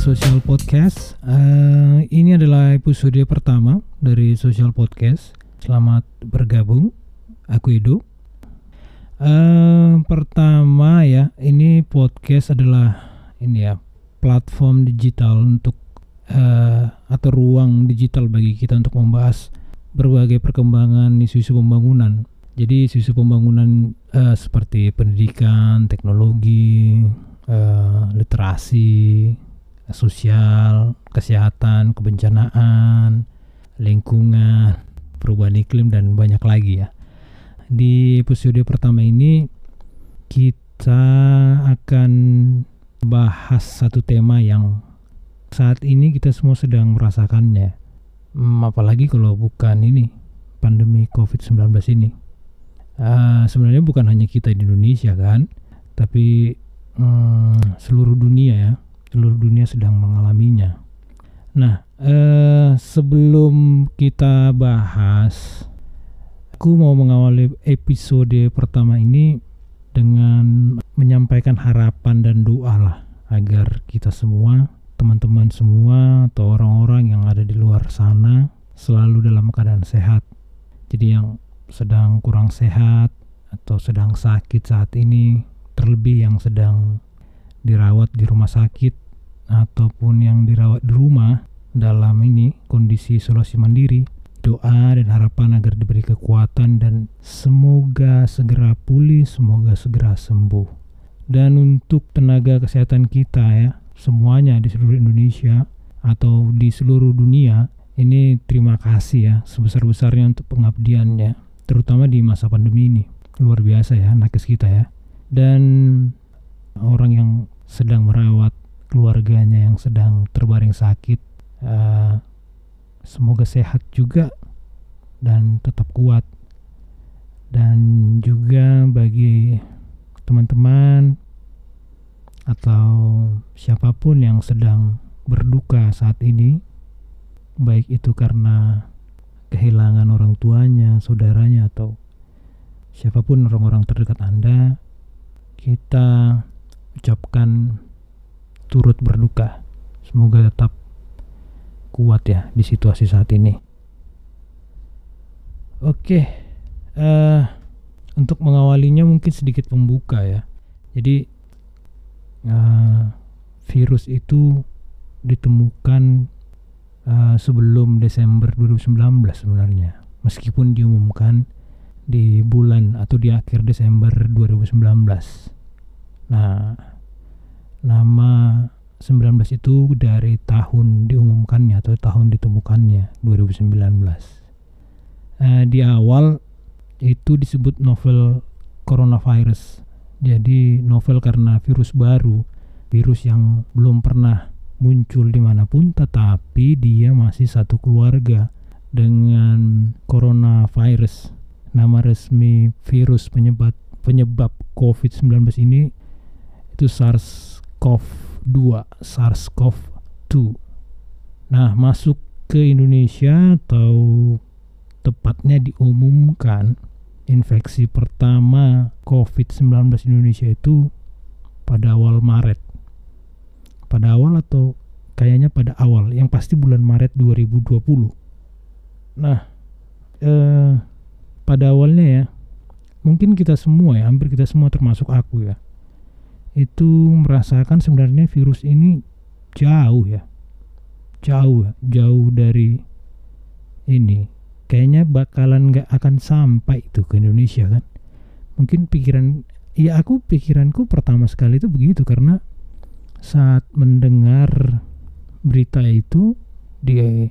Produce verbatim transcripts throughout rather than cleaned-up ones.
Social Podcast. Uh, ini adalah episode pertama dari Social Podcast. Selamat bergabung. Aku Edo. Uh, pertama ya, ini podcast adalah ini ya platform digital untuk uh, atau ruang digital bagi kita untuk membahas berbagai perkembangan isu-isu pembangunan. Jadi isu-isu pembangunan uh, seperti pendidikan, teknologi, uh, literasi, sosial, kesehatan, kebencanaan, lingkungan, perubahan iklim, dan banyak lagi ya. Di episode pertama ini kita akan bahas satu tema yang saat ini kita semua sedang merasakannya. Hmm, apalagi kalau bukan ini pandemi covid sembilan belas ini. Uh, sebenarnya bukan hanya kita di Indonesia kan, tapi hmm, seluruh dunia ya. Seluruh dunia sedang mengalaminya. Nah, eh, sebelum kita bahas, aku mau mengawali episode pertama ini dengan menyampaikan harapan dan doa lah agar kita semua, teman-teman semua atau orang-orang yang ada di luar sana selalu dalam keadaan sehat. Jadi yang sedang kurang sehat atau sedang sakit saat ini, terlebih yang sedang dirawat di rumah sakit ataupun yang dirawat di rumah dalam ini kondisi isolasi mandiri, doa dan harapan agar diberi kekuatan dan semoga segera pulih, semoga segera sembuh. Dan untuk tenaga kesehatan kita ya, semuanya di seluruh Indonesia atau di seluruh dunia, ini terima kasih ya sebesar-besarnya untuk pengabdiannya, terutama di masa pandemi ini. Luar biasa ya nakes kita ya. Dan orang yang sedang merawat keluarganya yang sedang terbaring sakit, uh, semoga sehat juga dan tetap kuat. Dan juga bagi teman-teman atau siapapun yang sedang berduka saat ini, baik itu karena kehilangan orang tuanya, saudaranya, atau siapapun orang-orang terdekat Anda, kita ucapkan turut berduka. Semoga tetap kuat ya di situasi saat ini. Oke, uh, untuk mengawalinya mungkin sedikit pembuka ya. Jadi uh, virus itu ditemukan uh, sebelum Desember dua ribu sembilan belas sebenarnya, meskipun diumumkan di bulan atau di akhir Desember dua ribu sembilan belas. Nah, nama sembilan belas itu dari tahun diumumkannya atau tahun ditemukannya dua ribu sembilan belas. Eh, di awal itu disebut novel coronavirus. Jadi novel karena virus baru, virus yang belum pernah muncul dimanapun, tetapi dia masih satu keluarga dengan coronavirus. Nama resmi virus penyebab penyebab covid sembilan belas ini itu SARS-CoV dua, SARS-CoV dua. Nah, masuk ke Indonesia atau tepatnya diumumkan infeksi pertama covid sembilan belas di Indonesia itu pada awal Maret. Pada awal atau kayaknya pada awal, yang pasti bulan Maret dua ribu dua puluh. Nah, eh, pada awalnya ya, mungkin kita semua ya, hampir kita semua termasuk aku ya, itu merasakan sebenarnya virus ini jauh ya, jauh jauh dari ini, kayaknya bakalan nggak akan sampai itu ke Indonesia kan. Mungkin pikiran, ya aku pikiranku pertama sekali itu begitu, karena saat mendengar berita itu di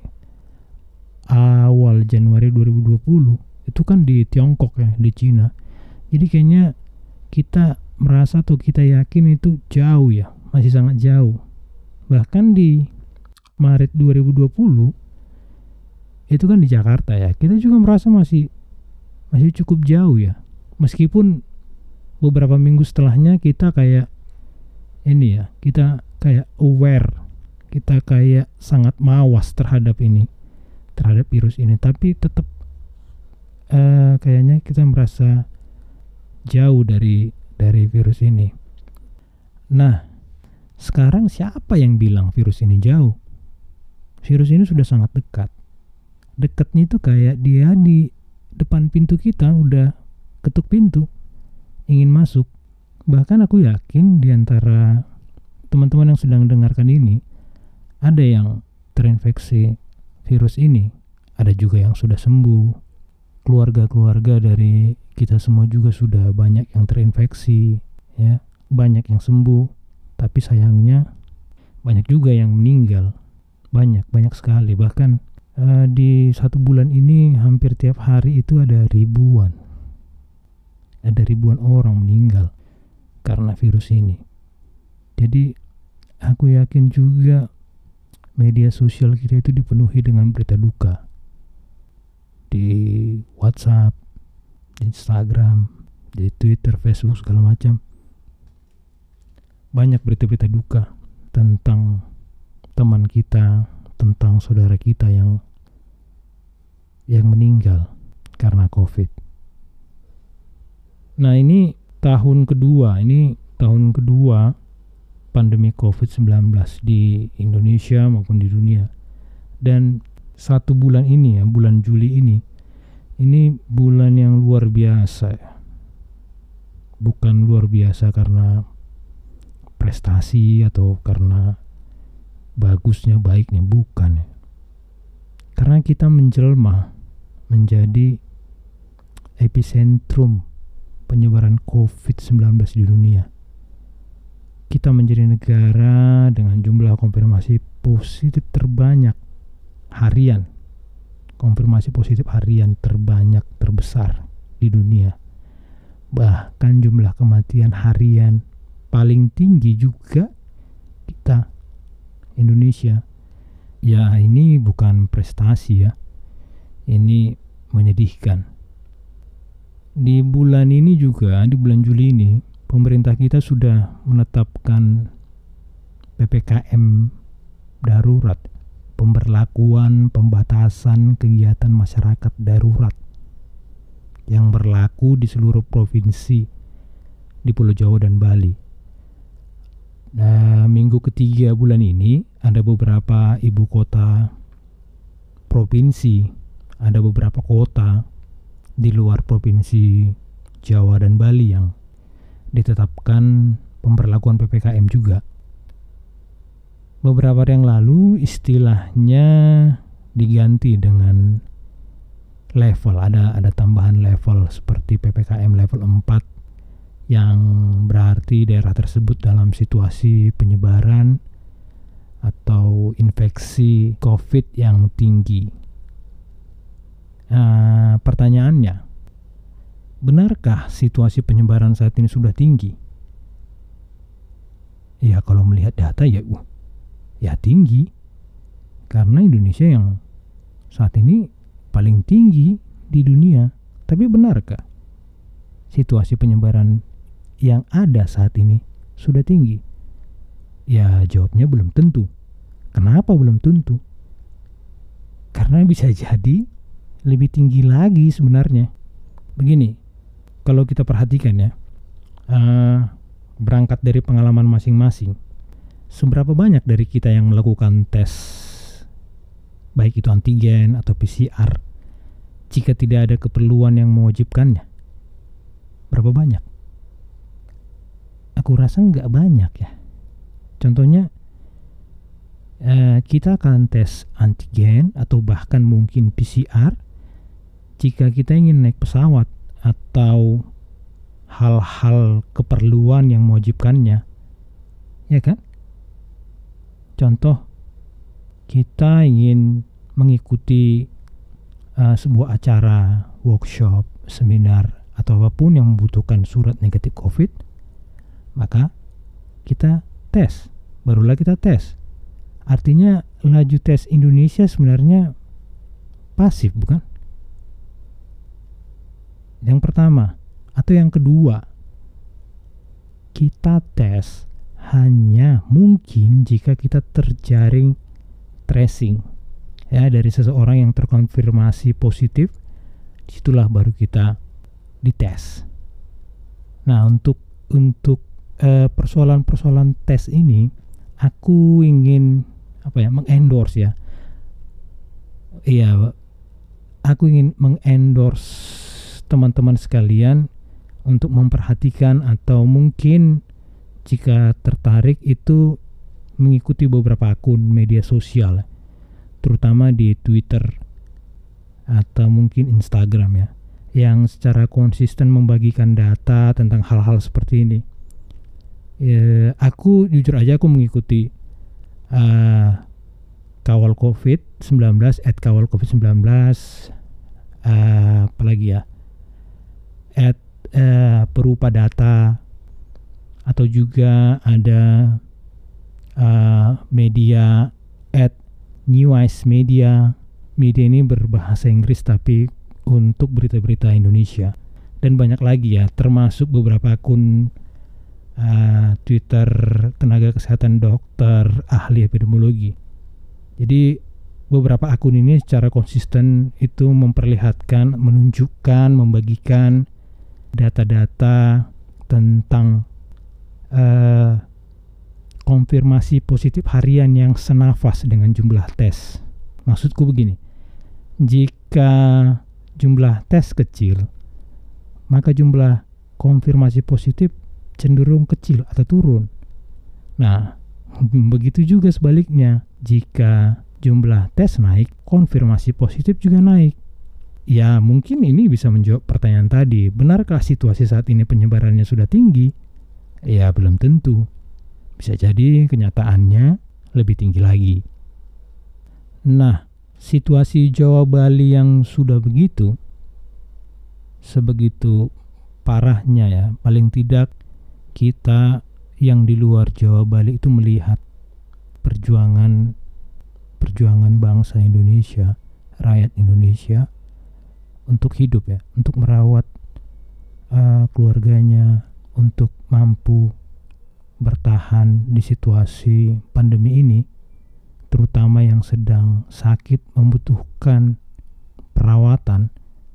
awal Januari dua ribu dua puluh, itu kan di Tiongkok ya, di Cina. Jadi kayaknya kita merasa atau kita yakin itu jauh ya, masih sangat jauh. Bahkan di Maret dua ribu dua puluh itu kan di Jakarta ya, kita juga merasa masih masih cukup jauh ya. Meskipun beberapa minggu setelahnya kita kayak ini ya, kita kayak aware, kita kayak sangat mawas terhadap ini, terhadap virus ini, tapi tetap uh, kayaknya kita merasa jauh dari dari virus ini. Nah, Sekarang siapa yang bilang virus ini jauh? Virus ini sudah sangat dekat. Dekatnya itu kayak dia di depan pintu kita, udah ketuk pintu, ingin masuk. Bahkan aku yakin di antara teman-teman yang sedang dengarkan ini, ada yang terinfeksi virus ini, ada juga yang sudah sembuh. Keluarga-keluarga dari kita semua juga sudah banyak yang terinfeksi, ya, banyak yang sembuh. Tapi sayangnya banyak juga yang meninggal, banyak banyak sekali. Bahkan uh, di satu bulan ini hampir tiap hari itu ada ribuan, ada ribuan orang meninggal karena virus ini. Jadi aku yakin juga media sosial kita itu dipenuhi dengan berita duka. Di WhatsApp, di Instagram, di Twitter, Facebook, segala macam. Banyak berita-berita duka tentang teman kita, tentang saudara kita yang yang meninggal karena COVID. Nah, ini tahun kedua, ini tahun kedua pandemi covid sembilan belas di Indonesia maupun di dunia. Dan satu bulan ini ya, bulan Juli ini, ini bulan yang luar biasa ya. Bukan luar biasa karena prestasi atau karena bagusnya, baiknya, bukan ya. Karena kita menjelma menjadi epicentrum penyebaran covid sembilan belas di dunia. Kita menjadi negara dengan jumlah konfirmasi positif terbanyak harian. Konfirmasi positif harian terbanyak, terbesar di dunia. Bahkan jumlah kematian harian paling tinggi juga kita, Indonesia. Ya, ini bukan prestasi ya, ini menyedihkan. Di bulan ini juga, di bulan Juli ini, pemerintah kita sudah menetapkan P P K M darurat, pemberlakuan pembatasan kegiatan masyarakat darurat yang berlaku di seluruh provinsi di Pulau Jawa dan Bali. Nah, minggu ketiga bulan ini ada beberapa ibu kota provinsi, ada beberapa kota di luar provinsi Jawa dan Bali yang ditetapkan pemberlakuan P P K M juga. Beberapa hari yang lalu istilahnya diganti dengan level, ada ada tambahan level seperti P P K M level empat yang berarti daerah tersebut dalam situasi penyebaran atau infeksi COVID yang tinggi. Nah, pertanyaannya, benarkah situasi penyebaran saat ini sudah tinggi? Ya, kalau melihat data ya, uh, ya tinggi. Karena Indonesia yang saat ini paling tinggi di dunia. Tapi benarkah situasi penyebaran yang ada saat ini sudah tinggi? Ya, jawabnya belum tentu. Kenapa belum tentu? Karena bisa jadi lebih tinggi lagi sebenarnya. Begini, kalau kita perhatikan ya, uh, berangkat dari pengalaman masing-masing, seberapa banyak dari kita yang melakukan tes, baik itu antigen atau P C R, jika tidak ada keperluan yang mewajibkannya? Berapa banyak? Aku rasa nggak banyak ya. Contohnya, eh, kita akan tes antigen atau bahkan mungkin P C R jika kita ingin naik pesawat atau hal-hal keperluan yang mewajibkannya, ya kan? Contoh, kita ingin mengikuti uh, sebuah acara, workshop, seminar, atau apapun yang membutuhkan surat negatif COVID, maka kita tes, barulah kita tes. Artinya laju tes Indonesia sebenarnya pasif, bukan? Yang pertama atau yang kedua, kita tes hanya mungkin jika kita terjaring tracing ya dari seseorang yang terkonfirmasi positif, disitulah baru kita dites. Nah, untuk untuk eh, persoalan-persoalan tes ini aku ingin apa ya mengendorse ya iya aku ingin mengendorse teman-teman sekalian untuk memperhatikan atau mungkin jika tertarik itu mengikuti beberapa akun media sosial, terutama di Twitter atau mungkin Instagram ya, yang secara konsisten membagikan data tentang hal-hal seperti ini. Ya, aku jujur aja aku mengikuti uh, kawal covid sembilan belas at kawal covid sembilan belas, uh, apalagi ya, at uh, perupa data, atau juga ada uh, media at Newice Media. Media ini berbahasa Inggris tapi untuk berita-berita Indonesia, dan banyak lagi ya, termasuk beberapa akun Uh, Twitter tenaga kesehatan, dokter, ahli epidemiologi. Jadi beberapa akun ini secara konsisten itu memperlihatkan, menunjukkan, membagikan data-data tentang uh, konfirmasi positif harian yang senafas dengan jumlah tes. Maksudku begini, jika jumlah tes kecil, maka jumlah konfirmasi positif cenderung kecil atau turun. Nah, begitu juga sebaliknya. Jika jumlah tes naik, konfirmasi positif juga naik. Ya, mungkin ini bisa menjawab pertanyaan tadi. Benarkah situasi saat ini penyebarannya sudah tinggi? Ya, belum tentu. Bisa jadi kenyataannya lebih tinggi lagi. Nah, situasi Jawa Bali yang sudah begitu, sebegitu parahnya ya, paling tidak kita yang di luar Jawa Bali itu melihat perjuangan perjuangan bangsa Indonesia, rakyat Indonesia untuk hidup ya, untuk merawat uh, keluarganya, untuk mampu bertahan di situasi pandemi ini, terutama yang sedang sakit membutuhkan perawatan,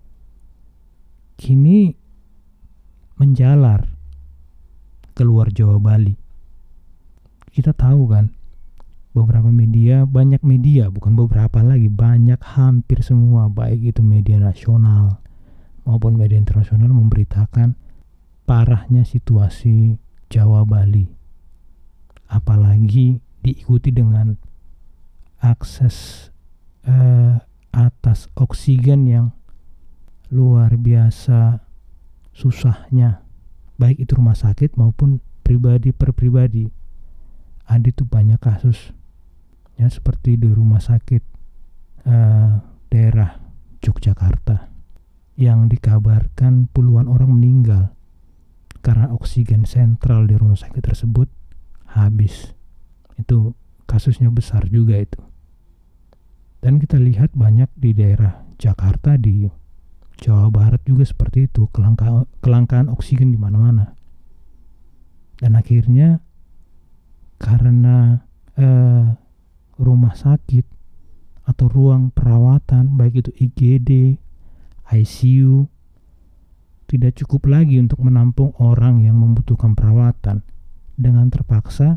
kini menjalar keluar Jawa Bali. Kita tahu kan, beberapa media, banyak media, bukan beberapa lagi, banyak, hampir semua, baik itu media nasional maupun media internasional, memberitakan parahnya situasi Jawa Bali. Apalagi diikuti dengan akses eh, atas oksigen yang luar biasa susahnya, baik itu rumah sakit maupun pribadi per pribadi. Ada tuh banyak kasus ya, seperti di rumah sakit uh, daerah Yogyakarta yang dikabarkan puluhan orang meninggal karena oksigen sentral di rumah sakit tersebut habis. Itu kasusnya besar juga itu. Dan kita lihat banyak di daerah Jakarta, di Jawa Barat juga seperti itu, kelangkaan, kelangkaan oksigen di mana-mana. Dan akhirnya karena eh, rumah sakit atau ruang perawatan, baik itu I G D, I C U, tidak cukup lagi untuk menampung orang yang membutuhkan perawatan, dengan terpaksa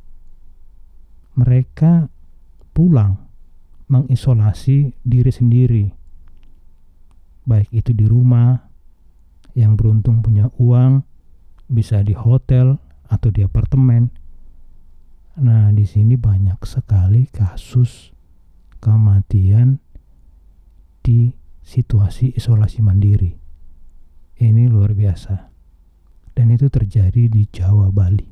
mereka pulang mengisolasi diri sendiri, baik itu di rumah, yang beruntung punya uang bisa di hotel atau di apartemen. Nah, di sini banyak sekali kasus kematian di situasi isolasi mandiri. Ini luar biasa. Dan itu terjadi di Jawa Bali.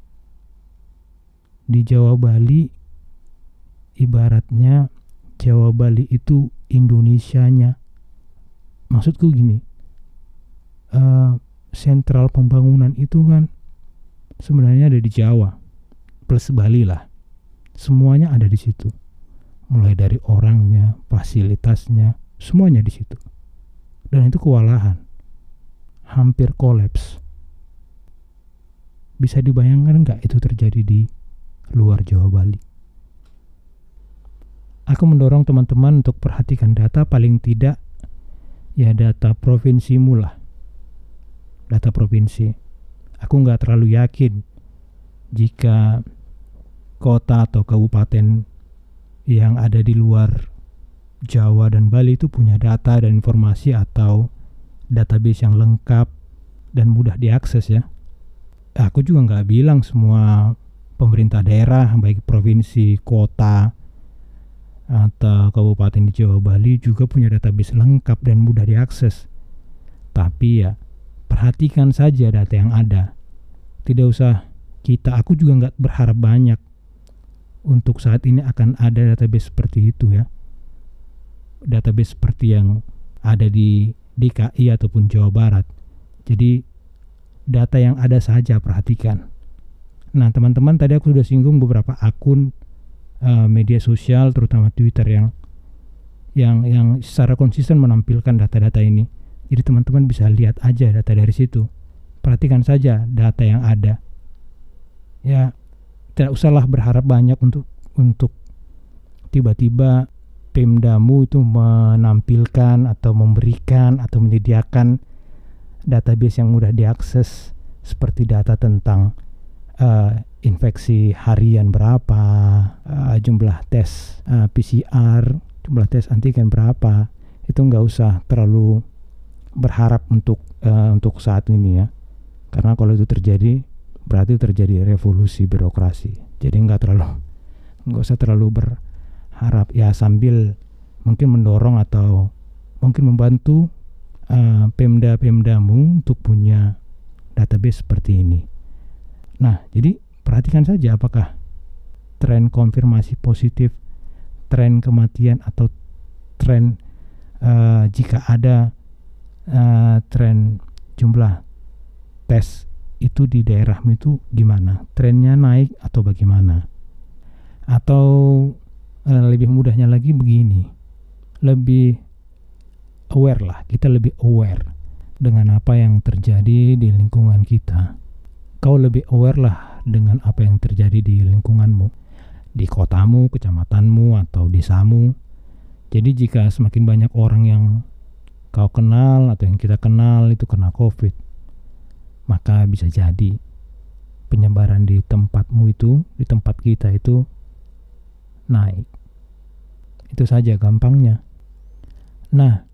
Di Jawa Bali, ibaratnya Jawa Bali itu Indonesianya. Maksudku gini, uh, sentral pembangunan itu kan sebenarnya ada di Jawa plus Bali lah. Semuanya ada di situ. Mulai dari orangnya, fasilitasnya, semuanya di situ. Dan itu kewalahan. Hampir kolaps. Bisa dibayangkan nggak itu terjadi di luar Jawa Bali? Aku mendorong teman-teman untuk perhatikan data, paling tidak ya data provinsimu lah. Data provinsi. Aku nggak terlalu yakin jika kota atau kabupaten yang ada di luar Jawa dan Bali itu punya data dan informasi atau database yang lengkap dan mudah diakses ya. Aku juga nggak bilang semua pemerintah daerah baik provinsi, kota, atau kabupaten di Jawa Bali juga punya database lengkap dan mudah diakses. Tapi ya perhatikan saja data yang ada. Tidak usah kita, aku juga nggak berharap banyak untuk saat ini akan ada database seperti itu ya. Database seperti yang ada di D K I ataupun Jawa Barat. Jadi data yang ada saja perhatikan. Nah teman-teman, tadi aku sudah singgung beberapa akun uh, media sosial terutama Twitter yang yang yang secara konsisten menampilkan data-data ini. Jadi teman-teman bisa lihat aja data dari situ. Perhatikan saja data yang ada. Ya, tidak usahlah berharap banyak untuk untuk tiba-tiba Pemdamu itu menampilkan atau memberikan atau menyediakan database yang mudah diakses seperti data tentang uh, infeksi harian berapa, uh, jumlah tes uh, P C R, jumlah tes antigen berapa. Itu nggak usah terlalu berharap untuk uh, untuk saat ini ya. Karena kalau itu terjadi berarti terjadi revolusi birokrasi. Jadi nggak terlalu nggak usah terlalu berharap ya, sambil mungkin mendorong atau mungkin membantu uh, Pemda-Pemdamu untuk punya database seperti ini. Nah, jadi perhatikan saja apakah tren konfirmasi positif, tren kematian atau tren uh, jika ada uh, tren jumlah tes itu di daerahmu itu gimana? Trennya naik atau bagaimana? Atau uh, lebih mudahnya lagi begini, lebih aware lah, kita lebih aware dengan apa yang terjadi di lingkungan kita. Kau lebih aware lah dengan apa yang terjadi di lingkunganmu, di kotamu, kecamatanmu, atau desamu. Jadi jika semakin banyak orang yang kau kenal atau yang kita kenal itu kena COVID, maka bisa jadi penyebaran di tempatmu itu, di tempat kita itu naik. Itu saja gampangnya. Nah,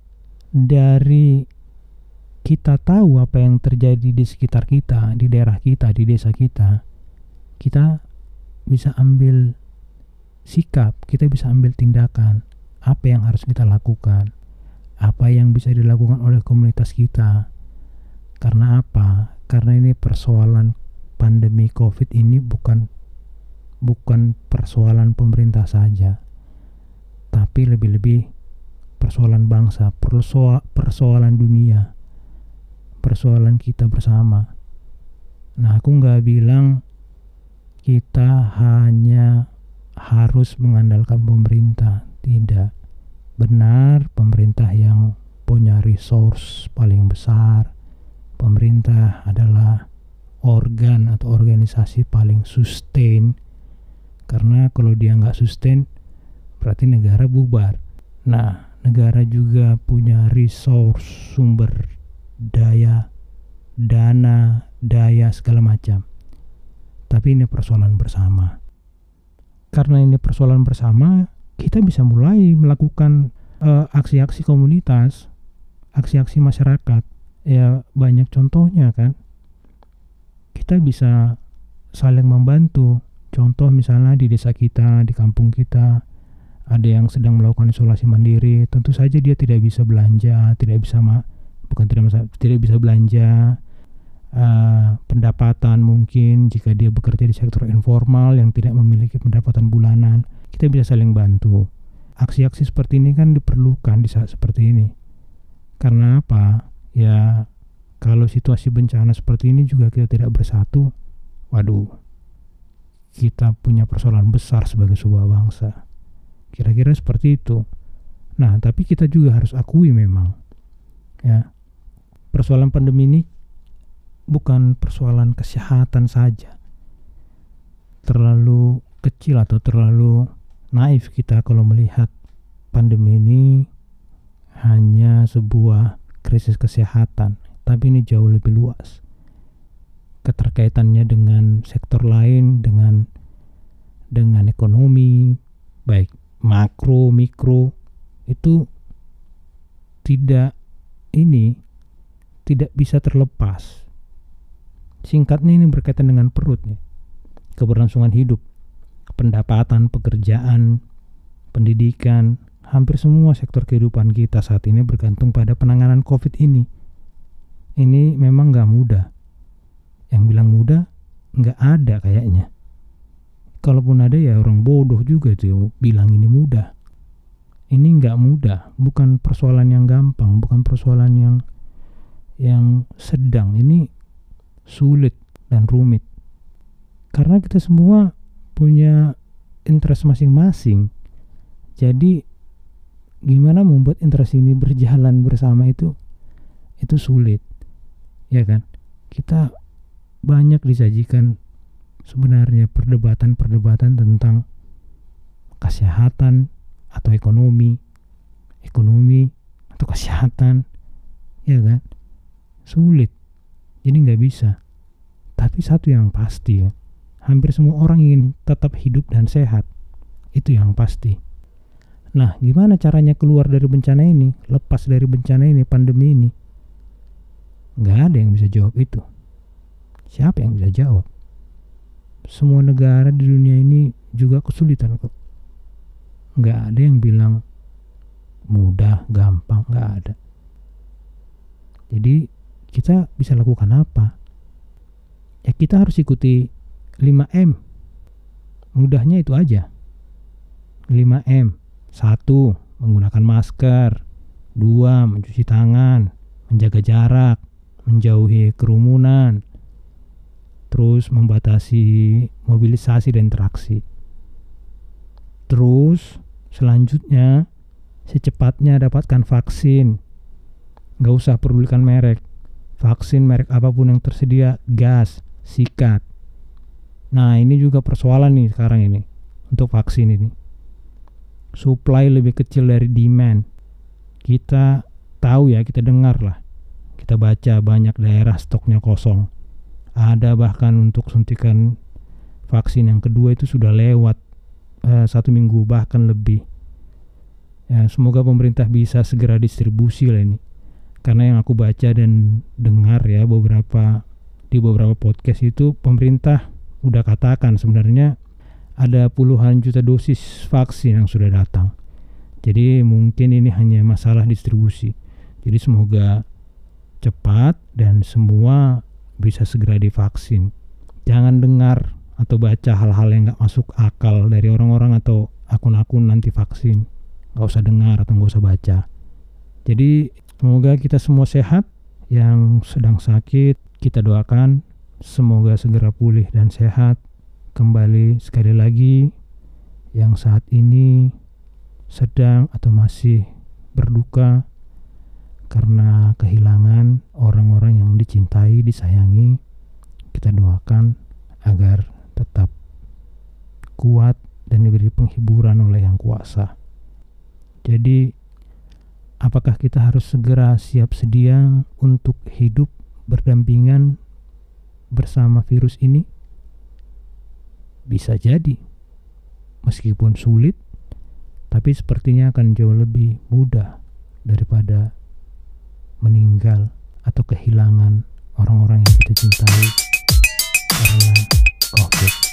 dari kita tahu apa yang terjadi di sekitar kita, di daerah kita, di desa kita, kita bisa ambil sikap, kita bisa ambil tindakan. Apa yang harus kita lakukan? Apa yang bisa dilakukan oleh komunitas kita? Karena apa? Karena ini persoalan pandemi COVID ini bukan bukan persoalan pemerintah saja, tapi lebih-lebih persoalan bangsa, persoal, persoalan dunia, persoalan kita bersama. Nah, aku nggak bilang kita hanya harus mengandalkan pemerintah, tidak. Benar, pemerintah yang punya resource paling besar, pemerintah adalah organ atau organisasi paling sustain, karena kalau dia nggak sustain berarti negara bubar. Nah, negara juga punya resource, sumber daya, dana, daya segala macam. Tapi ini persoalan bersama. Karena ini persoalan bersama, kita bisa mulai melakukan uh, aksi-aksi komunitas, aksi-aksi masyarakat. Ya banyak contohnya kan. Kita bisa saling membantu. Contoh misalnya di desa kita, di kampung kita, ada yang sedang melakukan isolasi mandiri. Tentu saja dia tidak bisa belanja, tidak bisa ma- bukan tidak masalah, tidak bisa belanja. Uh, pendapatan mungkin jika dia bekerja di sektor informal yang tidak memiliki pendapatan bulanan, kita bisa saling bantu. Aksi-aksi seperti ini kan diperlukan di saat seperti ini. Karena apa? Ya kalau situasi bencana seperti ini juga kita tidak bersatu, waduh, kita punya persoalan besar sebagai sebuah bangsa. Kira-kira seperti itu. Nah, tapi kita juga harus akui memang, ya, persoalan pandemi ini bukan persoalan kesehatan saja. Terlalu kecil atau terlalu naif kita kalau melihat pandemi ini hanya sebuah krisis kesehatan, tapi ini jauh lebih luas. Keterkaitannya dengan sektor lain, dengan dengan ekonomi, baik makro, mikro, itu tidak ini tidak bisa terlepas. Singkatnya ini berkaitan dengan perut nih. Keberlangsungan hidup, pendapatan, pekerjaan, pendidikan, hampir semua sektor kehidupan kita saat ini bergantung pada penanganan COVID ini. Ini memang gak mudah. Yang bilang mudah gak ada kayaknya. Kalaupun ada ya orang bodoh juga tuh bilang ini mudah. Ini gak mudah, bukan persoalan yang gampang, bukan persoalan yang yang sedang. Ini sulit dan rumit. Karena kita semua punya interest masing-masing. Jadi gimana membuat interest ini berjalan bersama itu itu sulit. Ya kan? Kita banyak disajikan sebenarnya perdebatan-perdebatan tentang kesehatan atau ekonomi, ekonomi atau kesehatan, ya kan? Sulit, jadi nggak bisa. Tapi satu yang pasti ya, hampir semua orang ingin tetap hidup dan sehat, itu yang pasti. Nah, gimana caranya keluar dari bencana ini, lepas dari bencana ini, pandemi ini? Nggak ada yang bisa jawab itu. Siapa yang bisa jawab? Semua negara di dunia ini juga kesulitan kok. Nggak ada yang bilang mudah, gampang, nggak ada. Jadi kita bisa lakukan apa? Ya kita harus ikuti lima M. Mudahnya itu aja. lima M. Satu, menggunakan masker. Dua, mencuci tangan, menjaga jarak, menjauhi kerumunan. Terus membatasi mobilisasi dan interaksi. Terus selanjutnya secepatnya dapatkan vaksin. Gak usah pedulikan merek. Vaksin merek apapun yang tersedia, gas, sikat. Nah ini juga persoalan nih sekarang ini untuk vaksin ini. Supply lebih kecil dari demand. Kita tahu ya, kita dengar lah, kita baca banyak daerah stoknya kosong. Ada bahkan untuk suntikan vaksin yang kedua itu sudah lewat uh, satu minggu bahkan lebih. Ya, semoga pemerintah bisa segera distribusi lah ini. Karena yang aku baca dan dengar ya beberapa di beberapa podcast itu pemerintah udah katakan sebenarnya ada puluhan juta dosis vaksin yang sudah datang. Jadi mungkin ini hanya masalah distribusi. Jadi semoga cepat dan semua bisa segera divaksin. Jangan dengar atau baca hal-hal yang gak masuk akal dari orang-orang atau akun-akun anti vaksin. Gak usah dengar atau gak usah baca. Jadi semoga kita semua sehat. Yang sedang sakit kita doakan semoga segera pulih dan sehat. Kembali sekali lagi yang saat ini sedang atau masih berduka karena kehilangan orang-orang yang dicintai, disayangi, kita doakan agar tetap kuat dan diberi penghiburan oleh Yang Kuasa. Jadi, apakah kita harus segera siap sedia untuk hidup berdampingan bersama virus ini? Bisa jadi, meskipun sulit, tapi sepertinya akan jauh lebih mudah daripada meninggal atau kehilangan orang-orang yang kita cintai karena COVID.